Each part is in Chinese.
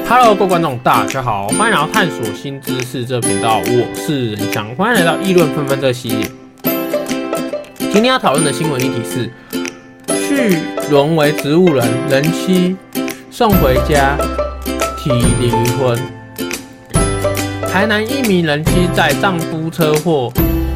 Hello， 各位观众，大家好，欢迎来到探索新知识这频道，我是仁翔，欢迎来到议论纷纷这个系列。今天要讨论的新闻议题是：续沦为植物人，人妻送回家提离婚。台南一名人妻在丈夫车祸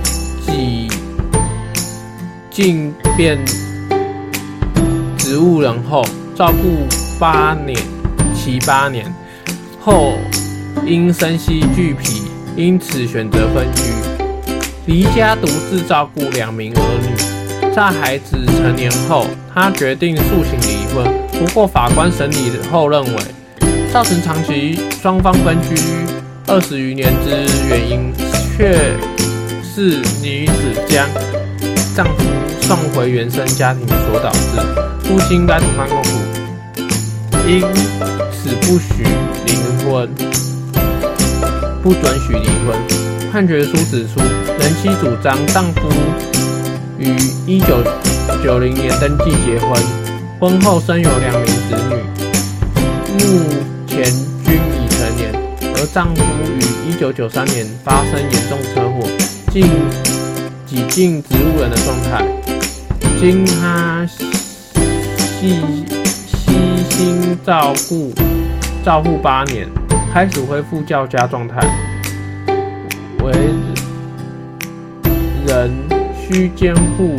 竟变植物人后，照顾其8年后，因身心俱疲，因此选择分居，离家独自照顾2名儿女。在孩子成年后，他决定诉请离婚。不过法官审理后认为，造成长期双方分居20余年之原因，却是女子将丈夫送回原生家庭所导致。夫妻应该同甘共苦，因此不许离婚，不准许离婚。判决书指出，人妻主张丈夫于1990年登记结婚，婚后生有2名子女，目前均已成年。而丈夫于1993年发生严重车祸，几近植物人的状态。经他悉心照护8年，开始恢复较佳状态。为人需监护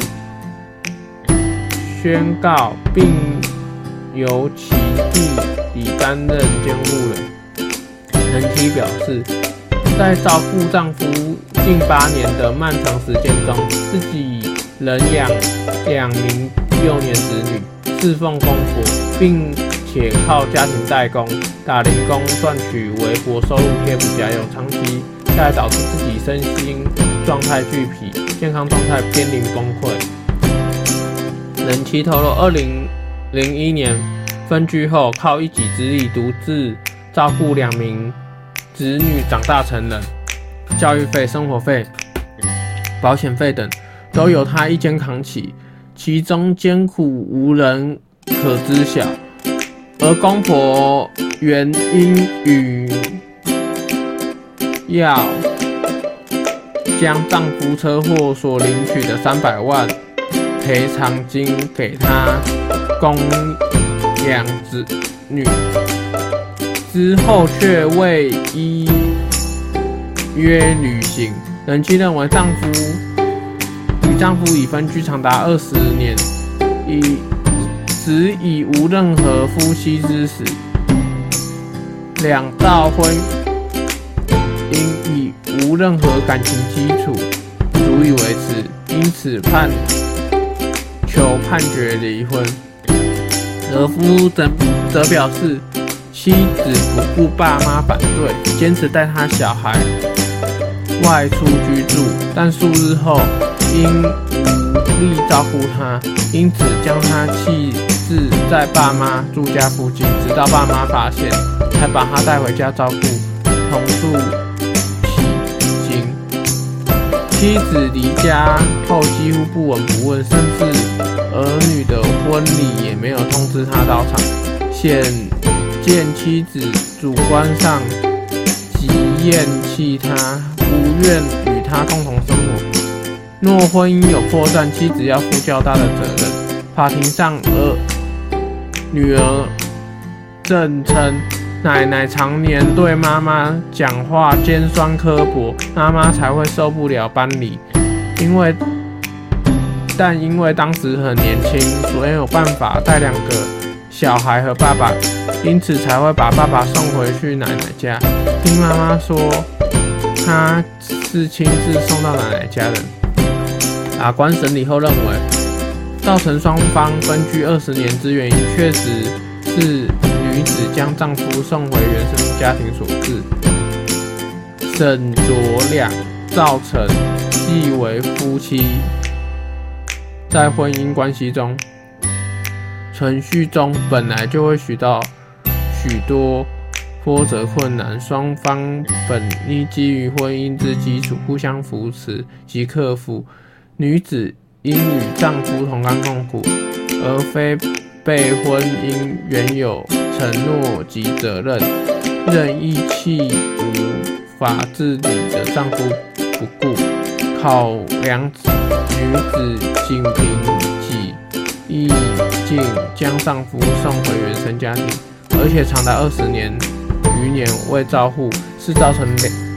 宣告，并由其弟担任监护人。人妻表示，在照顾丈夫近8年的漫长时间中，自己仍养2名幼年子女，侍奉公婆，并且靠家庭代工、打零工赚取微薄收入贴补家用，长期下来导致自己身心状态俱疲，健康状态濒临崩溃。人妻透露，2001年分居后，靠一己之力独自照顾2名子女长大成人，教育费、生活费、保险费等都由他一肩扛起，其中艰苦无人可知晓。而公婆原因与要将丈夫车祸所领取的300万赔偿金给他供养子女，之后却未依约履行。人妻认为与丈夫已分居长达20年，已无任何夫妻之实，两道婚姻已无任何感情基础足以维持，因此求判决离婚。而夫则表示，妻子不顾爸妈反对，坚持带他小孩外出居住，但数日后因无力照顾他，因此将他弃置在爸妈住家附近，直到爸妈发现，才把他带回家照顾，同住迄今。妻子离家后几乎不闻不问，甚至儿女的婚礼也没有通知他到场，显见妻子主观上极厌弃他，不愿与他共同生活。若婚姻有破绽，妻子要负较大的责任。法庭上，女儿证称，奶奶常年对妈妈讲话尖酸刻薄，妈妈才会受不了搬离。但因为当时很年轻，所以有办法带2个小孩和爸爸，因此才会把爸爸送回去奶奶家。听妈妈说，她是亲自送到奶奶家的。法官审理后认为，造成双方分居20年之原因，确实是女子将丈夫送回原生家庭所致。沈卓两造成既为夫妻在婚姻关系中程序中本来就会遇到许多波折困难，双方本应基于婚姻之基础互相扶持及克服。女子应与丈夫同甘共苦，而非被婚姻原有成承诺及责任，任意弃无法自理的丈夫不顾，考量女子仅凭己意竟将丈夫送回原生家庭，而且长达20年余年未照护，是造成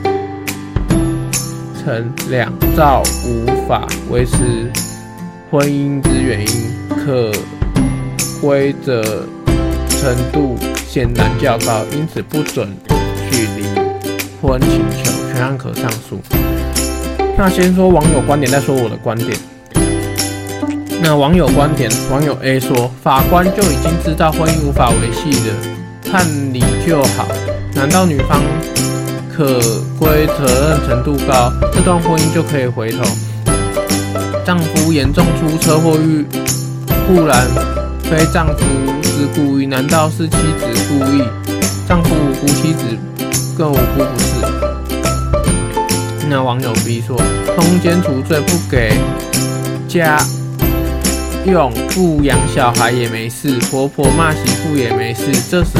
两造无法维持婚姻之原因，可归责程度显然较高，因此不准许离婚请求，全案可上诉。那先说网友观点，再说我的观点。那网友观点，网友 A 说，法官就已经知道婚姻无法维系的，判离就好，难道女方可归责任程度高，这段婚姻就可以回头？丈夫严重出车祸固然非丈夫之故意，难道是妻子故意？丈夫无辜，妻子更无辜不是？那网友 B 说，通奸除罪不给家用，不养小孩也没事，婆婆骂媳妇也没事，这时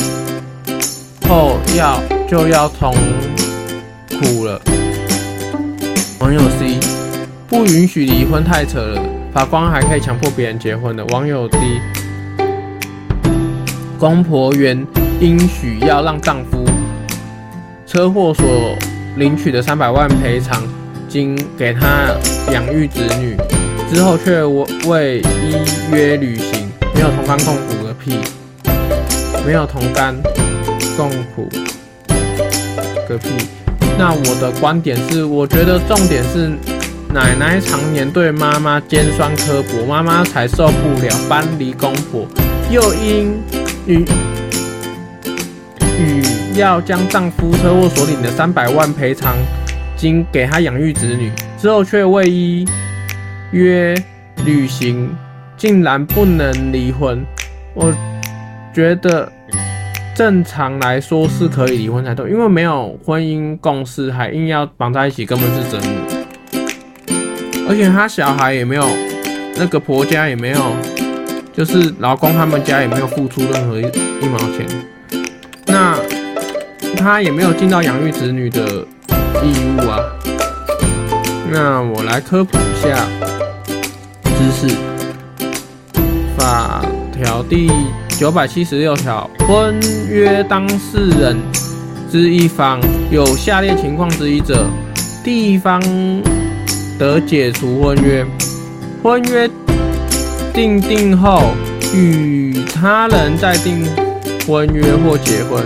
就要痛苦了。网友 C 不允许离婚太扯了，法官还可以强迫别人结婚的。网友 D 公婆原应许要让丈夫车祸所领取的300万赔偿金给他养育子女，之后却未依约履行，没有同甘共苦个屁，没有同甘共苦个屁。那我的观点是，我觉得重点是奶奶常年对妈妈尖酸刻薄，妈妈才受不了搬离公婆，又因与要将丈夫车祸所领的300万赔偿金给他养育子女，之后却未依约履行，竟然不能离婚。我觉得正常来说是可以离婚才对，因为没有婚姻共识还硬要绑在一起，根本是折磨。而且他小孩也没有，那个婆家也没有，就是老公他们家也没有付出任何一毛钱，那他也没有尽到养育子女的义务啊。那我来科普一下知识。法条第976条，婚约当事人之一方有下列情况之一者，第一方得解除婚约。婚约订定后，与他人再订婚约或结婚，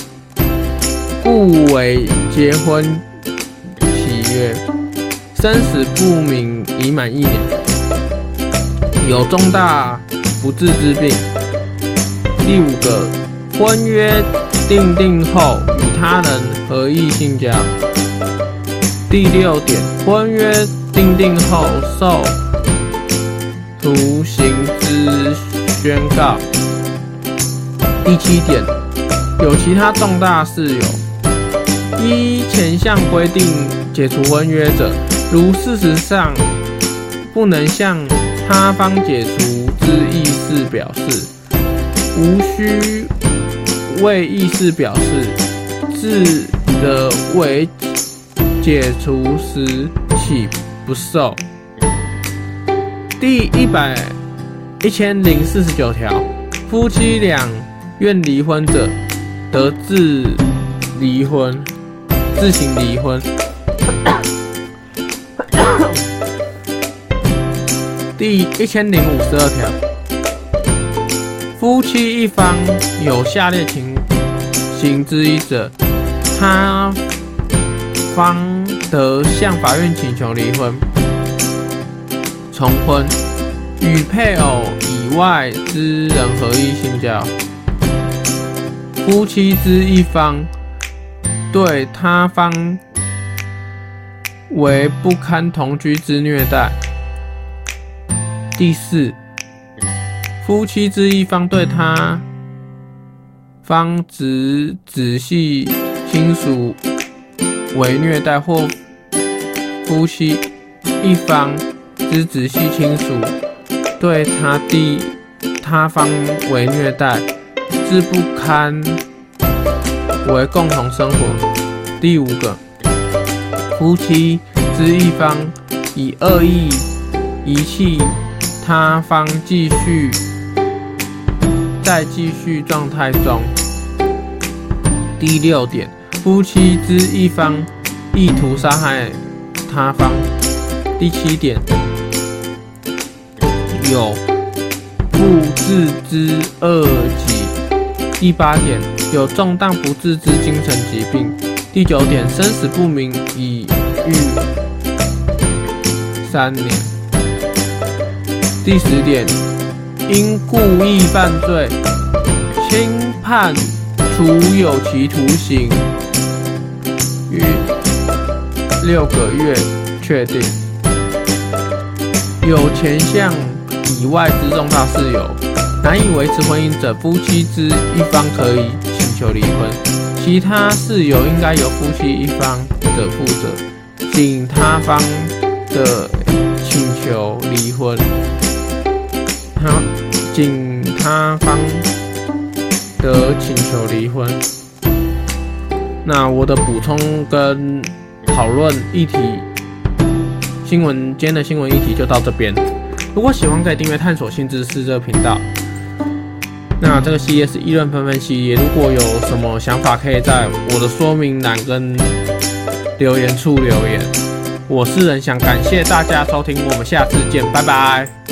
故为结婚契约。生死不明已满1年，有重大不治之病。第5个，婚约订定后与他人合意性交。第6点，婚约订定后受徒刑之宣告。第7点，有其他重大事由，依前项规定解除婚约者，如事实上不能向他方解除之意思表示，无需为意思表示，自得为解除时起不受。第1049条，夫妻俩愿离婚者，得自行离婚。第1052条，夫妻一方有下列情形之一者，他方得向法院请求离婚、重婚，与配偶以外之人合意性交。夫妻之一方对他方为不堪同居之虐待。第4，夫妻之一方对他方之直系亲属为虐待，或夫妻一方之直系亲属对他方为虐待， 志不堪为共同生活。第5个，夫妻之一方以恶意遗弃他方继续状态中。第6点，夫妻之一方意图杀害他方。第7点，有不治之恶疾。第8点，有重大不治之精神疾病。第9点，生死不明已逾3年。第10点，因故意犯罪，轻判处有期徒刑逾6个月，确定。有前项以外之重大事由，难以维持婚姻者，夫妻之一方可以请求离婚，其他事由应该由夫妻一方的负责，请他方的请求离婚，请他方的请求离婚。那我的补充跟讨论议题今天的新闻议题就到这边。如果喜欢可以订阅探索新知识这个频道。那这个系列是议论纷纷系列，如果有什么想法可以在我的说明栏跟留言处留言。我是仁翔，感谢大家收听，我们下次见，拜拜。